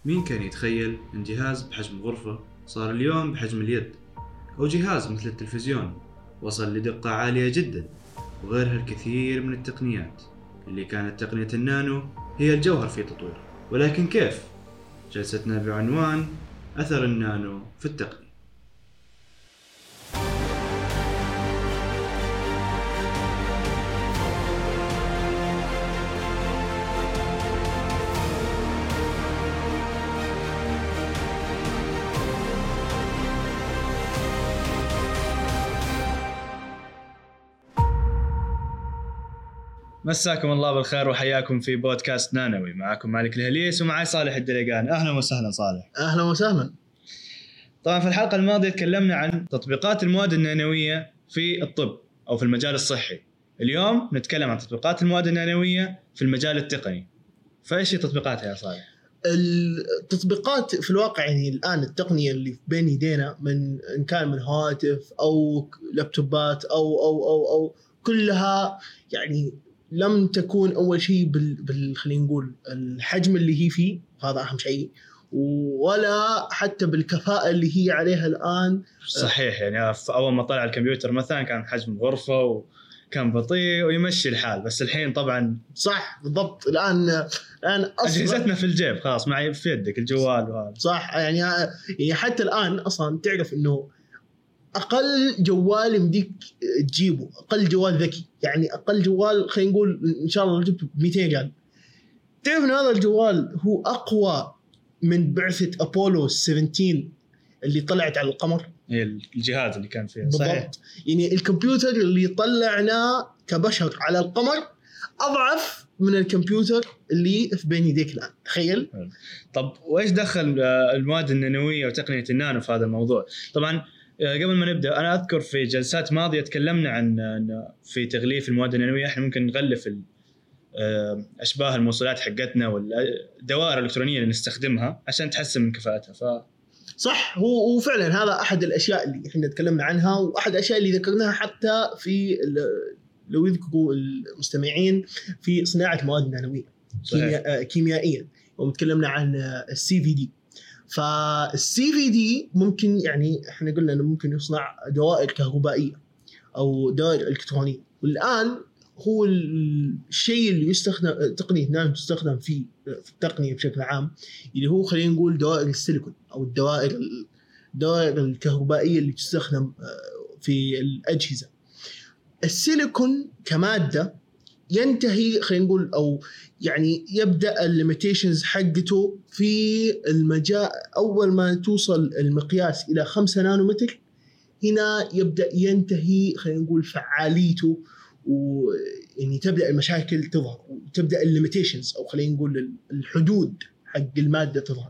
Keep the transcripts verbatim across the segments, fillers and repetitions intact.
مين كان يتخيل أن جهاز بحجم غرفة صار اليوم بحجم اليد، أو جهاز مثل التلفزيون وصل لدقة عالية جدا، وغيرها الكثير من التقنيات اللي كانت تقنية النانو هي الجوهر في تطوير. ولكن كيف؟ جلستنا بعنوان أثر النانو في التقنية. مساكم الله بالخير وحياكم في بودكاست نانوي. معكم مالك الهليس ومعي صالح الدليقان. أهلا وسهلا صالح. أهلا وسهلا. طبعا في الحلقة الماضية تكلمنا عن تطبيقات المواد النانوية في الطب أو في المجال الصحي. اليوم نتكلم عن تطبيقات المواد النانوية في المجال التقني. فإيش هي تطبيقاتها يا صالح؟ التطبيقات في الواقع يعني الآن التقنية اللي بين يدينا، من إن كان من هواتف أو لابتوبات أو أو أو أو كلها يعني لم تكون أول شيء بال, بال... خلينا نقول الحجم اللي هي فيه، هذا أهم شيء، ولا حتى بالكفاءة اللي هي عليها الآن. صحيح، يعني أول ما طلع الكمبيوتر مثلا كان حجم غرفة وكان بطيء ويمشي الحال، بس الحين طبعا صح بالضبط. الآن الآن أجهزتنا في الجيب خلاص، معي في يدك الجوال وهذا. صح، يعني يعني حتى الآن أصلا تعرف إنه أقل جوال يمديك تجيبه، أقل جوال ذكي، يعني أقل جوال خلينا نقول إن شاء الله جبته بمئتين ريال. تعرف إن هذا الجوال هو أقوى من بعثة أبولو سبعتاشر اللي طلعت على القمر. هي الجهاز اللي كان فيه. بالضبط. يعني الكمبيوتر اللي طلعنا كبشر على القمر أضعف من الكمبيوتر اللي في بين يديك الآن. تخيل. طب وإيش دخل المواد النانوية وتقنية النانو في هذا الموضوع؟ طبعا قبل ما نبدأ، أنا أذكر في جلسات ماضية تكلمنا عن في تغليف المواد النانوية إحنا ممكن نغلف أشباه الموصلات حقتنا والدوائر الإلكترونية اللي نستخدمها عشان تحسن من كفاءتها. ف صح، هو وفعلا هذا أحد الأشياء اللي إحنا تكلمنا عنها، وأحد الأشياء اللي ذكرناها حتى في لو يذكروا المستمعين في صناعة المواد النانوية كيمياء كيميائيا، ومتكلمنا عن السي في دي. فالسي في دي ممكن يعني احنا قلنا انه ممكن يصنع دوائر كهربائيه او دوائر الكترونيه، والان هو الشيء اللي يستخدم تقنيه نانو تستخدم في في التقنيه بشكل عام، اللي هو خلينا نقول دوائر السيليكون او الدوائر الدوائر الكهربائيه اللي تستخدم في الاجهزه. السيليكون كماده ينتهي خلينا نقول او يعني يبدا الليميتيشنز حقته في المجال اول ما توصل المقياس الى خمسة نانومتر. هنا يبدا ينتهي خلينا نقول فعاليته، ويعني تبدا المشاكل تظهر وتبدا الليميتيشنز او خلينا نقول الحدود حق الماده تظهر.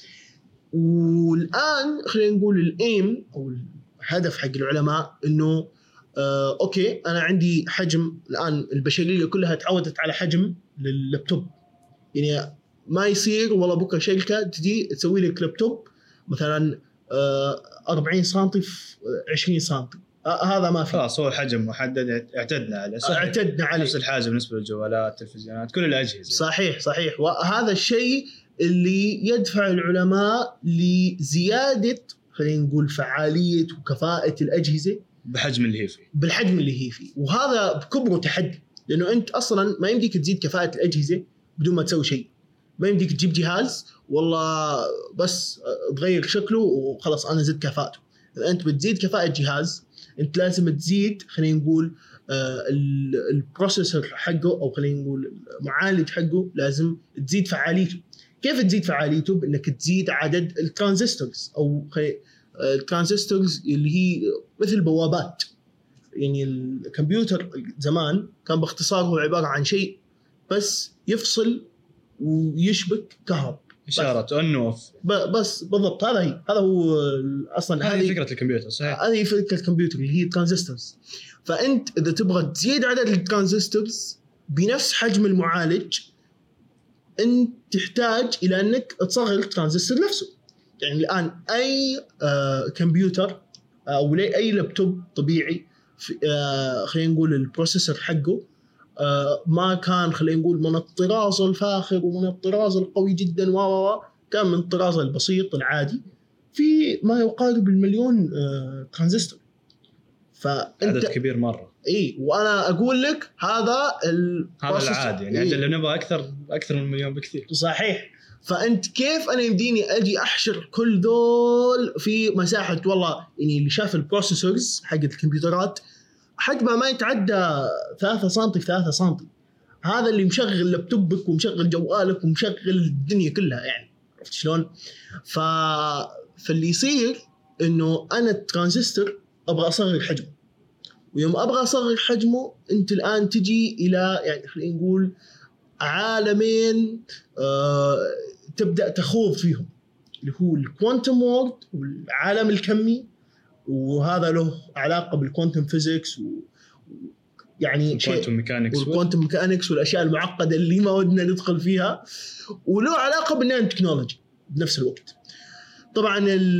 والان خلينا نقول الايم او الهدف حق العلماء انه آه، أوكي أنا عندي حجم الآن البشرية كلها تعودت على حجم لللابتوب، يعني ما يصير والله بكرة شركة تجي تسوي لك لابتوب مثلا آه، أربعين سنتي في عشرين سنتي، آه، هذا ما في. خلاص هو حجم محدد اعتدنا عليه. اعتدنا عليه نفس الحاجة بالنسبة للجوالات التلفزيونات كل الأجهزة. صحيح صحيح. وهذا الشيء اللي يدفع العلماء لزيادة خلينا نقول فعالية وكفاءة الأجهزة بحجم اللي هي فيه بالحجم اللي هي فيه. وهذا بكبره تحدي، لأنه أنت أصلاً ما يمديك تزيد كفاءة الأجهزة بدون ما تسوي شيء. ما يمديك تجيب جهاز والله بس تغير شكله وخلاص أنا زدت كفاءته. إذا أنت بتزيد كفاءة جهاز أنت لازم تزيد خلينا نقول آه البروسيسور حقه أو خلينا نقول المعالج حقه لازم تزيد فعاليته. كيف تزيد فعاليته؟ بأنك تزيد عدد الترانزستورز أو خلي الترانزستورز اللي هي مثل بوابات. يعني الكمبيوتر زمان كان باختصار هو عبارة عن شيء بس يفصل ويشبك كهرب، إشارة أون أوف. بس بالضبط هذا هي هذا هو أصلا هذه فكرة الكمبيوتر. صحيح، هذه فكرة الكمبيوتر اللي هي ترانزستورز. فأنت إذا تبغى تزيد عدد الترانزستورز بنفس حجم المعالج أنت تحتاج إلى أنك تصغر الترانزستور نفسه. يعني الآن أي آه كمبيوتر أو أي لابتوب طبيعي آه خلينا نقول البروسيسور حقه آه ما كان خلينا نقول من الطراز الفاخر ومن الطراز القوي جدا و كان من الطراز البسيط العادي في ما يقارب المليون آه ترانزستور. فانت عدد كبير مره. اي وانا اقول لك هذا هذا العادي يعني. إيه؟ اجل نبغى اكثر اكثر من مليون بكثير. صحيح. فانت كيف انا يمديني اجي احشر كل دول في مساحه؟ والله يعني اللي شاف البروسيسورز حق الكمبيوترات حجمها ما يتعدى ثلاثة سنتي في ثلاثة سنتي. هذا اللي مشغل لابتوبك ومشغل جوالك ومشغل الدنيا كلها يعني. عرفت شلون؟ ف فاللي يصير انه انا الترانزستور ابغى اصغر حجمه، ويوم ابغى اصغر حجمه انت الان تجي الى يعني خلينا نقول عالمين آه تبدا تخوض فيهم، اللي هو الكوانتم وورد والعالم الكمي، وهذا له علاقه بالكوانتم فيزيكس و يعني الكوانتم ميكانكس والكوانتم ميكانكس والاشياء المعقده اللي ما ودنا ندخل فيها، وله علاقه بالنانو تكنولوجي بنفس الوقت. طبعا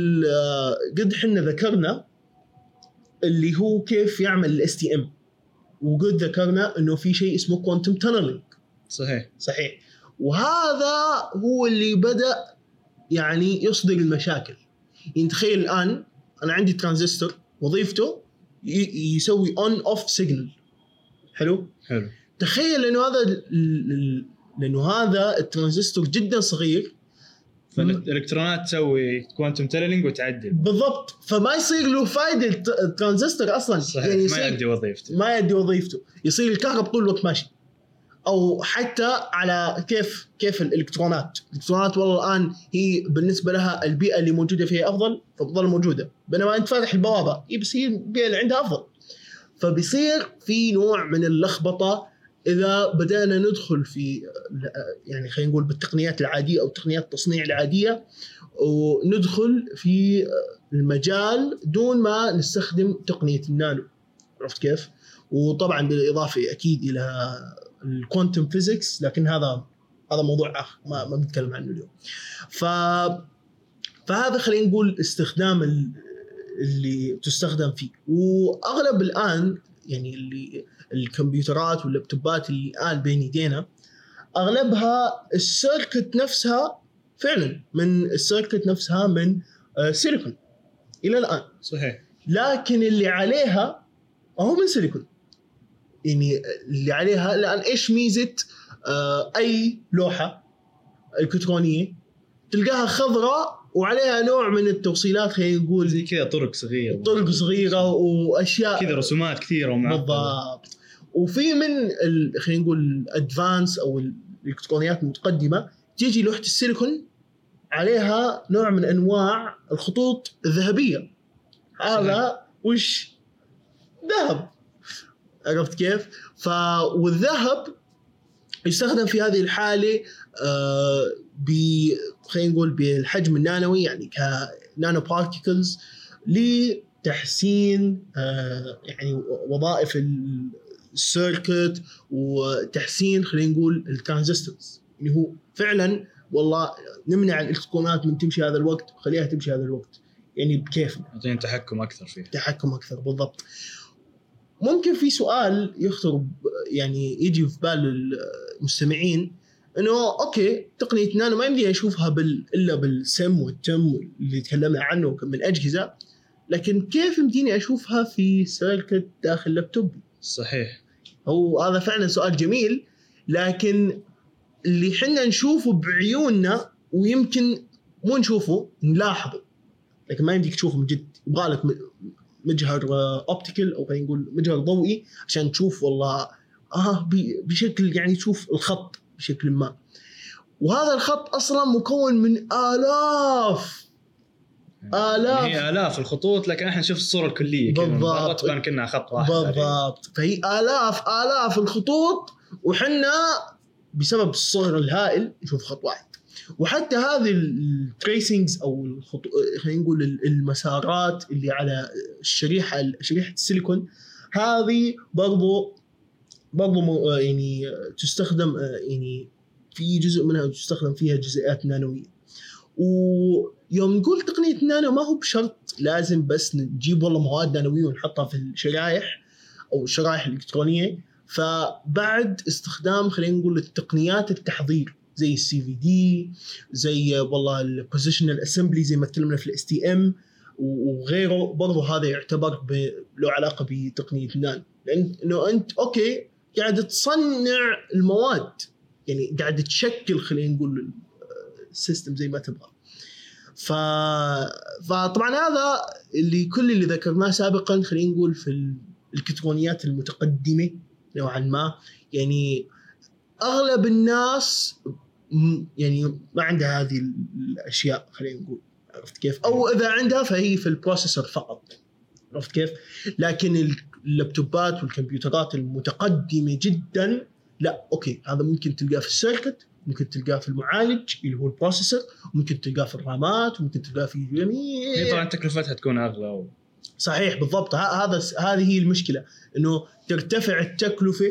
قد حنا ذكرنا اللي هو كيف يعمل الاس تي ام، وقد ذكرنا انه في شيء اسمه كوانتم تانلينج. صحيح صحيح. وهذا هو اللي بدا يعني يصدر المشاكل. يعني تخيل الان انا عندي ترانزستور وظيفته يسوي اون اوف سيجنال. حلو حلو. تخيل انه هذا لانه هذا الترانزستور جدا صغير، فالالكترونات تسوي كوانتم تانلينج وتعدل بالضبط، فما يصير له فائده الترانزستور اصلا. صحيح. يعني ما يؤدي وظيفته ما يؤدي وظيفته يصير الكهرباء طول الوقت ماشي. او حتى على كيف كيف الالكترونات الالكترونات والله الان هي بالنسبه لها البيئه اللي موجوده فيها افضل فبتظل موجوده، بينما انت فاتح البوابه اي بس هي البيئه اللي عندها افضل. فبيصير في نوع من اللخبطه اذا بدانا ندخل في يعني خلينا نقول بالتقنيات العاديه او تقنيات التصنيع العاديه، وندخل في المجال دون ما نستخدم تقنيه النانو. عرفت كيف؟ وطبعا بالاضافه اكيد الى الكوانتم فيزيكس، لكن هذا هذا موضوع اخر ما ما بنتكلم عنه اليوم. ف فهذا خلينا نقول استخدام اللي تستخدم فيه. واغلب الان يعني اللي الكمبيوترات واللابتوبات اللي الان بين يدينا اغلبها السيركت نفسها فعلا من السيركت نفسها من سيليكون الى الان. صحيح. لكن اللي عليها هو من سيليكون. يعني اللي عليها الان ايش ميزه اي لوحه الكترونيه تلقاها خضراء وعليها نوع من التوصيلات، خلينا نقول زي كذا طرق صغيره طرق صغيره واشياء كذا رسومات كثيره ومعقده. بالضبط. وفي من خلينا نقول الادفانس او الالكترونيات المتقدمه تيجي لوحه السيليكون عليها نوع من انواع الخطوط الذهبيه. هذا وش ذهب. عرفت كيف؟ ف والذهب يستخدم في هذه الحاله آه ب خلينا نقول بالحجم النانوي، يعني كنانو بارتيكلز لتحسين آه يعني وظائف السيركت وتحسين خلينا نقول الترانزستورز. اللي يعني هو فعلا والله نمنع الالكترونات من تمشي هذا الوقت وخليها تمشي هذا الوقت يعني بكيفنا، يعطينا تحكم اكثر فيه. تحكم اكثر بالضبط. ممكن في سؤال يخطر يعني يجي في بال المستمعين انه اوكي تقنيه نانو ما يمديها اشوفها بال الا بالسم والتم اللي تكلمنا عنه من اجهزه، لكن كيف يمديني اشوفها في سيركت داخل لابتوبي؟ صحيح. هو هذا فعلا سؤال جميل، لكن اللي حنا نشوفه بعيوننا ويمكن مو نشوفه نلاحظه، لكن ما يمديك تشوفه من جد. يبغى لك مجهر اوبتيكال او خلينا نقول مجهر ضوئي عشان تشوف والله اه بشكل يعني تشوف الخط بشكل ما. وهذا الخط اصلا مكون من آلاف آلاف هي آلاف الخطوط، لكن احنا نشوف الصورة الكلية بالضبط. مرات تبان كأنها خط واحد بالضبط. فهي آلاف آلاف الخطوط وحنا بسبب الصغر الهائل نشوف خط واحد. وحتى هذه التريسينجز او الخطو... خلينا نقول المسارات اللي على الشريحه شريحه السيليكون هذه برضو برضو يعني تستخدم يعني في جزء منها تستخدم فيها جزيئات نانويه. ويوم نقول تقنيه النانو ما هو بشرط لازم بس نجيب والله مواد نانويه ونحطها في الشرائح او الشرائح الالكترونيه، فبعد استخدام خلينا نقول التقنيات التحضير زي السي في دي، زي والله البوزيشنال اسمبلي زي ما تكلمنا في الاس تي ام وغيره. برضه هذا يعتبر له علاقه بتقنيه النانو، لانه انت اوكي قاعد تصنع المواد، يعني قاعد تشكل خلينا نقول السيستم زي ما تبغى. ف... فطبعا هذا اللي كل اللي ذكرناه سابقا خلينا نقول في الالكترونيات المتقدمه نوعا ما. يعني اغلب الناس يعني ما عندها هذه الاشياء خلينا نقول، عرفت كيف؟ او اذا عندها فهي في البروسيسور فقط، عرفت كيف؟ لكن اللابتوبات والكمبيوترات المتقدمه جدا لا، اوكي هذا ممكن تلقاه في السيركت، ممكن تلقاه في المعالج اللي هو البروسيسور، ممكن تلقاه في الرامات، وممكن تلقاه في جميع. طبعا تكلفتها تكون اغلى و... صحيح بالضبط. هذا هذه هي المشكله، انه ترتفع التكلفه،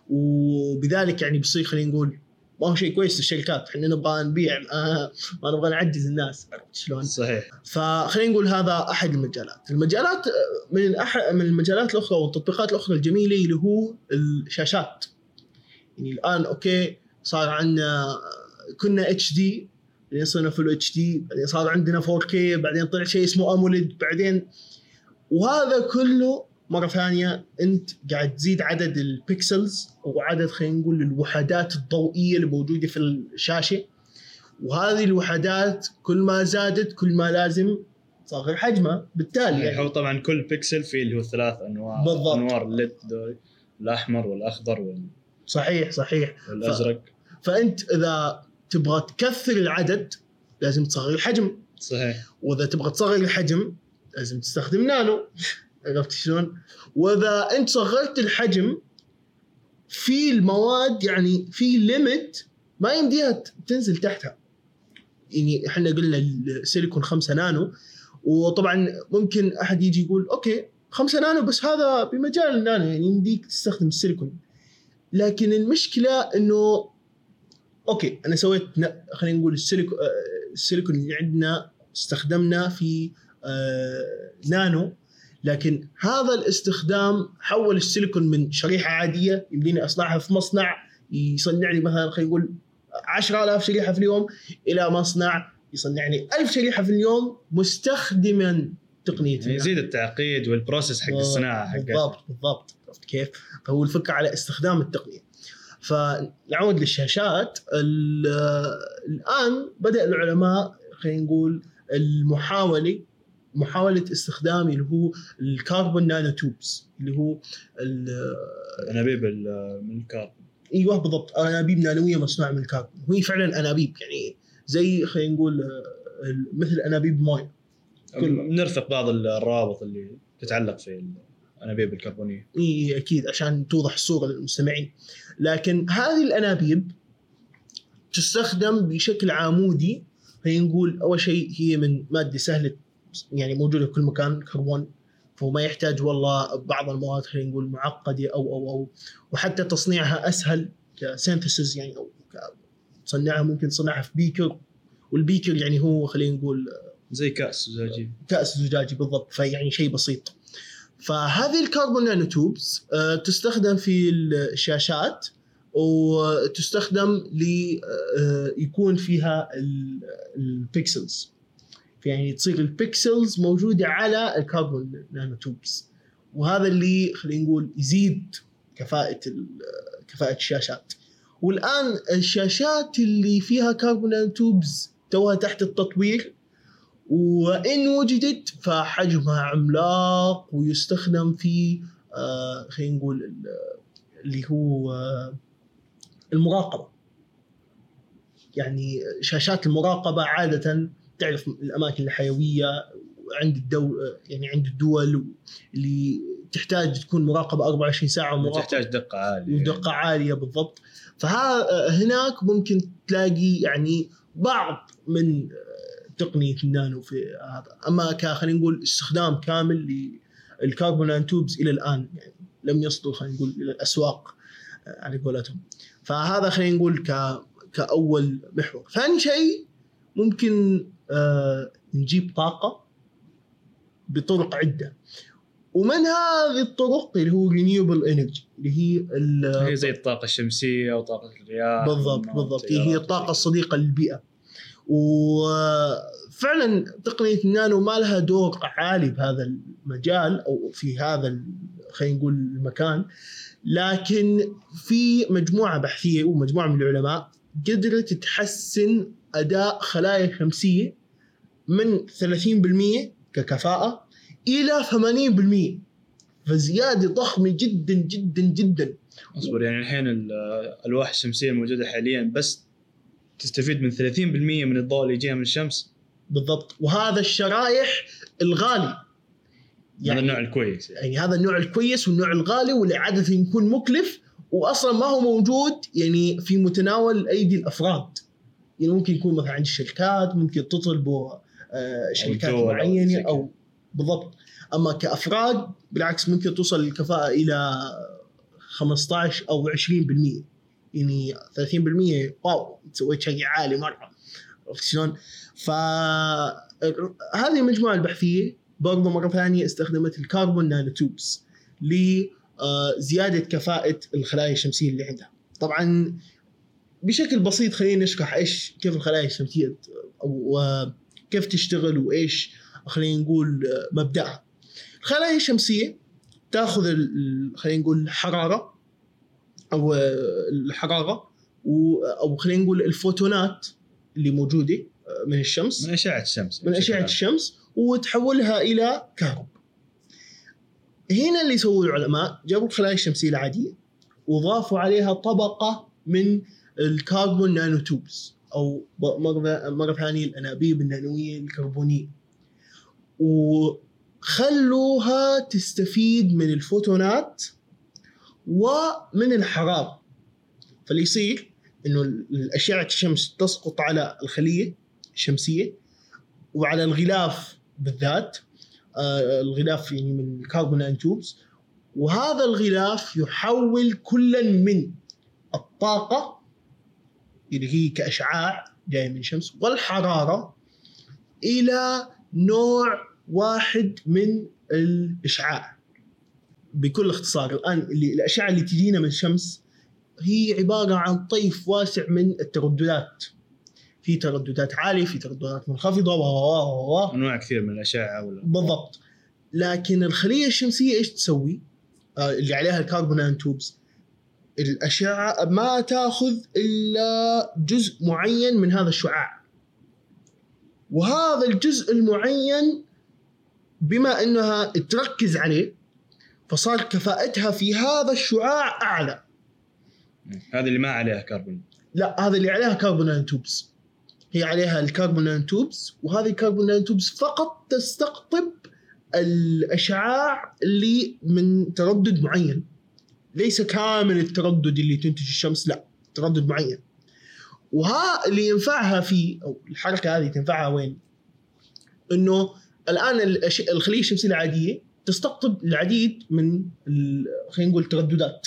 وبذلك يعني بصير خلينا نقول ما هو شيء كويس للشركات. احنا نبغى نبيع آه ما نبغى نعجز الناس، عرفت شلون؟ صحيح. فخلينا نقول هذا احد المجالات. المجالات من أحد من المجالات الاخرى والتطبيقات الاخرى الجميله اللي هو الشاشات. يعني الان اوكي صار عندنا كنا اتش دي، بعدين صرنا فل اتش دي، بعدين صار عندنا فور كي، بعدين طلع شيء اسمه اموليد، بعدين وهذا كله مرة ثانية أنت قاعد تزيد عدد البيكسلز أو عدد خلينا نقول الوحدات الضوئية اللي موجودة في الشاشة، وهذه الوحدات كل ما زادت كل ما لازم صغر حجمها بالتالي. يعني هو طبعا كل بيكسل فيه اللي هو ثلاث أنواع بالضبط. أنوار الليد دول، الأحمر والأخضر وال... صحيح صحيح والأزرق. ف... فأنت إذا تبغى تكثر العدد لازم تصغر الحجم. صحيح. وإذا تبغى تصغر الحجم لازم تستخدم نانو، عرفت شلون؟ واذا انت صغرت الحجم في المواد يعني في ليميت ما يمديها تنزل تحتها. يعني احنا قلنا السيليكون خمسة نانو، وطبعا ممكن احد يجي يقول اوكي خمسة نانو بس هذا بمجال النانو يعني يمديك تستخدم السيليكون. لكن المشكله انه اوكي انا سويت خلينا نقول السيليكون السيليكون اللي عندنا استخدمنا في آه نانو، لكن هذا الاستخدام حول السيليكون من شريحة عادية يمديني أصنعها في مصنع يصنع لي مثلا خلينا نقول عشرة آلاف شريحة في اليوم، إلى مصنع يصنع لي ألف شريحة في اليوم مستخدما تقنية. يعني يزيد التعقيد والبروسيس حق الصناعة حقها. بالضبط بالضبط، عرفت كيف؟ فهو الفكرة على استخدام التقنية. فنعود للشاشات. الآن بدأ العلماء خلينا نقول المحاولة محاولة استخدام اللي هو الكربون نانو توبس، اللي هو الأنابيب من الكربون. ايوه بالضبط، انابيب نانويه مصنوعه من الكربون. وهي فعلا انابيب يعني زي خلينا نقول مثل انابيب مويه. نرفق بعض الروابط اللي تتعلق في الانابيب الكربونيه. اي اكيد عشان توضح الصوره للمستمعين. لكن هذه الانابيب تستخدم بشكل عمودي. خلينا نقول اول شيء هي من ماده سهله يعني موجوده في كل مكان، كربون، فهو ما يحتاج والله بعض المواد خلينا نقول معقده او او او وحتى تصنيعها اسهل كسينثيسيس يعني، او تصنعها ممكن تصنعها في بيكر، والبيكر يعني هو خلينا نقول زي كأس زجاجي. كأس زجاجي بالضبط، فيعني شيء بسيط. فهذه الكربون نانو توبس تستخدم في الشاشات، وتستخدم ليكون فيها البيكسلز، يعني تصير البيكسلز موجودة على الكربون نانو توبس، وهذا اللي خلينا نقول يزيد كفاءة كفاءة الشاشات. والآن الشاشات اللي فيها كربون نانو توبس توها تحت التطوير، وإن وجدت فحجمها عملاق ويستخدم في آه خلينا نقول اللي هو آه المراقبة. يعني شاشات المراقبة عادة تعرف الأماكن الحيوية عند الدول، يعني عند الدول اللي تحتاج تكون مراقبة أربعة وعشرين ساعة ومراقبة تحتاج دقة عالية ودقة عالية بالضبط. فهناك ممكن تلاقي يعني بعض من تقنية النانو في هذا. أما خلينا نقول استخدام كامل للكربون نانو توبس إلى الآن يعني لم يصدر خلينا نقول إلى الأسواق على قولتهم. فهذا خلينا نقول ك كأول محور. ثاني شيء ممكن آه نجيب طاقة بطرق عدة، ومن هذه الطرق اللي هو renewable energy اللي هي هي زي الطاقة الشمسية أو طاقة الرياح. بالضبط بالضبط هي الطاقة الصديقة للبيئة. وفعلا تقنية النانو ما لها دور عالي بهذا المجال أو في هذا خلينا نقول المكان، لكن في مجموعة بحثية ومجموعة من العلماء قدرت تحسن أداء خلايا شمسية من ثلاثين بالمئة ككفاءة إلى ثمانين بالمئة، فزيادة ضخمة جدا جدا جدا. أصبر، يعني الحين الألواح الشمسية الموجودة حاليا بس تستفيد من ثلاثين بالمئة من الضوء اللي يجيها من الشمس. بالضبط، وهذا الشرائح الغالي يعني هذا النوع الكويس، يعني هذا النوع الكويس والنوع الغالي واللي عادة يكون مكلف وأصلا ما هو موجود يعني في متناول أيدي الأفراد. يعني ممكن يكون مثلا عند الشركات، ممكن تطلبوا شركات معينة أو, أو بالضبط. أما كأفراد بالعكس ممكن توصل الكفاءة إلى خمسة عشر أو عشرين بالمئة، يعني ثلاثين بالمئة واو سويت شيء عالي مرة. شلون؟ فهذه المجموعة البحثية برضو مرة ثانية استخدمت الكربون نانو توبس لزيادة كفاءة الخلايا الشمسية اللي عندها. طبعا بشكل بسيط خلينا نشرح إيش كيف الخلايا الشمسية أو كيف تشتغل وإيش خلينا نقول مبدأها. الخلايا الشمسية تأخذ خلينا نقول الحرارة أو الحرارة أو خلينا نقول الفوتونات اللي موجودة من الشمس، من أشعة الشمس من أشعة الشمس وتحولها إلى كهرب. هنا اللي سووا العلماء جابوا الخلايا الشمسية العادية وضافوا عليها طبقة من الكربون نانو توبس أو مرة مرة ثانية الأنابيب النانوية الكربونية، وخلوها تستفيد من الفوتونات ومن الحرارة. فاللي يصير إنه الأشعة الشمس تسقط على الخلية الشمسية وعلى الغلاف بالذات، آه الغلاف يعني من الكربون نانو توبس، وهذا الغلاف يحول كلا من الطاقة اللي هي كأشعاع جاية من الشمس والحرارة إلى نوع واحد من الإشعاع. بكل اختصار الآن اللي الأشعة اللي تجينا من الشمس هي عبارة عن طيف واسع من الترددات، في ترددات عالية في ترددات منخفضة و أنواع كثير من الأشعة ولا بالضبط. لكن الخلية الشمسية إيش تسوي؟ آه اللي عليها الكربون نانو توبس، الأشعة ما تأخذ إلا جزء معين من هذا الشعاع، وهذا الجزء المعين بما أنها تركز عليه فصار كفاءتها في هذا الشعاع أعلى. هذا اللي ما عليها كربون، لا هذا اللي عليها كربون نانو توبس، هي عليها الكربون نانو توبس، وهذه الكربون نانو توبس فقط تستقطب الأشعاع اللي من تردد معين، ليس كامل التردد اللي تنتج الشمس، لا تردد معين. وها اللي ينفعها فيه أو الحركة هذه تنفعها وين؟ إنه الآن الخلية الشمسية العادية تستقطب العديد من خلينا نقول ترددات،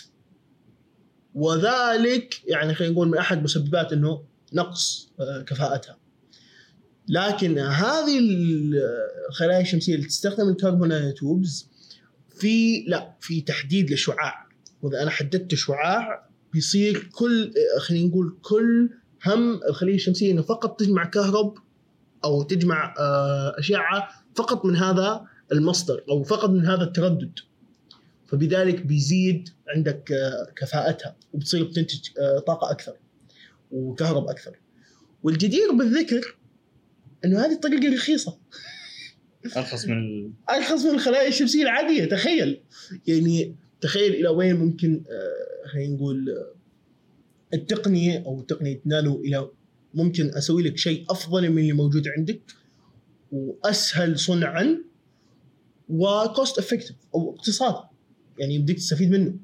وذلك يعني خلينا نقول من أحد مسببات إنه نقص كفاءتها. لكن هذه الخلايا الشمسية اللي تستخدم الكربون نانو توبس في لا في تحديد للشعاع، وإذا أنا حددت شعاع بيصير كل خلينا نقول كل هم الخلية الشمسية إنه فقط تجمع كهرب أو تجمع أشعة فقط من هذا المصدر أو فقط من هذا التردد، فبذلك بيزيد عندك كفاءتها وبتصير بتنتج طاقة أكثر وكهرب أكثر. والجدير بالذكر إنه هذه الطريقة رخيصة، أرخص من ال... أرخص من الخلايا الشمسية العادية. تخيل يعني تخيل إلى وين ممكن خلينا نقول التقنية أو تقنية نانو إلى ممكن أسوي لك شيء أفضل من اللي موجود عندك وأسهل صنعاً وكوست افكتيف أو اقتصادي، يعني بدك تستفيد منه.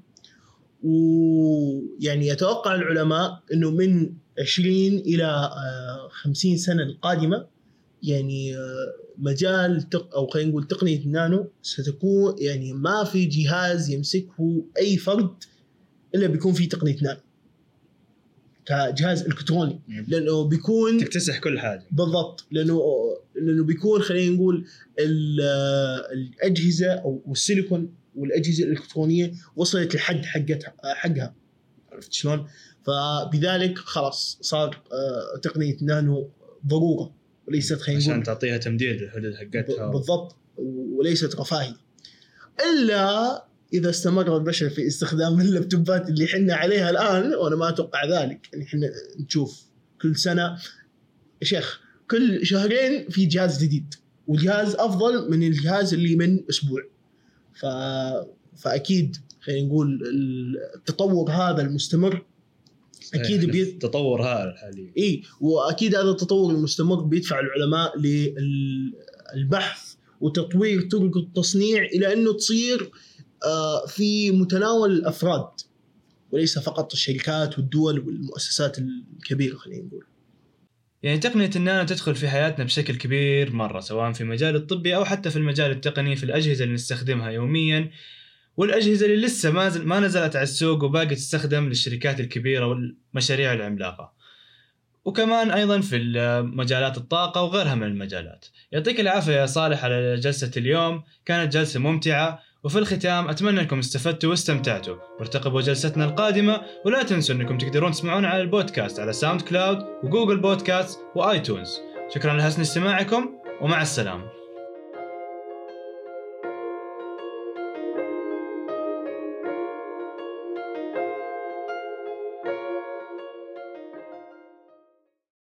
ويعني يتوقع العلماء إنه من عشرين إلى خمسين سنة القادمة يعني مجال تق أو خلينا نقول تقنية النانو ستكون يعني ما في جهاز يمسكه أي فرد إلا بيكون فيه تقنية نانو كجهاز إلكتروني، لأنه بيكون تكتسح كل حاجة. بالضبط، لأنه لأنه بيكون خلينا نقول الأجهزة أو السيليكون والأجهزة الإلكترونية وصلت لحد حقتها حقها، عرفت شلون؟ فبذلك خلاص صار تقنية نانو ضرورة وليست خلينا نقول عشان تعطيها تمديد للحدود حقتها بالضبط، وليست رفاهية. إلا إذا استمر البشر في استخدام اللابتوبات اللي حنا عليها الآن، وأنا ما أتوقع ذلك، يعني حنا نشوف كل سنة يا شيخ كل شهرين في جهاز جديد، وجهاز أفضل من الجهاز اللي من أسبوع. ف... فأكيد خلينا نقول التطور هذا المستمر أكيد بيت... التطور هذا الحالي إيه، وأكيد هذا التطور المستمر بيدفع العلماء للبحث وتطوير طرق التصنيع إلى أنه تصير في متناول الأفراد وليس فقط الشركات والدول والمؤسسات الكبيرة خلينا نقول. يعني تقنية النانو تدخل في حياتنا بشكل كبير مرة، سواء في المجال الطبي أو حتى في المجال التقني، في الأجهزة اللي نستخدمها يوميا والأجهزة اللي لسه ما, زل ما نزلت على السوق وباقي تستخدم للشركات الكبيرة والمشاريع العملاقة، وكمان أيضا في مجالات الطاقة وغيرها من المجالات. يعطيك العافية يا صالح على جلسة اليوم، كانت جلسة ممتعة، وفي الختام أتمنى أنكم استفدتوا واستمتعتوا، وارتقبوا جلستنا القادمة، ولا تنسوا أنكم تقدرون تسمعونا على البودكاست على ساوند كلاود وجوجل بودكاست وآيتونز. شكرا لحسن استماعكم ومع السلامة.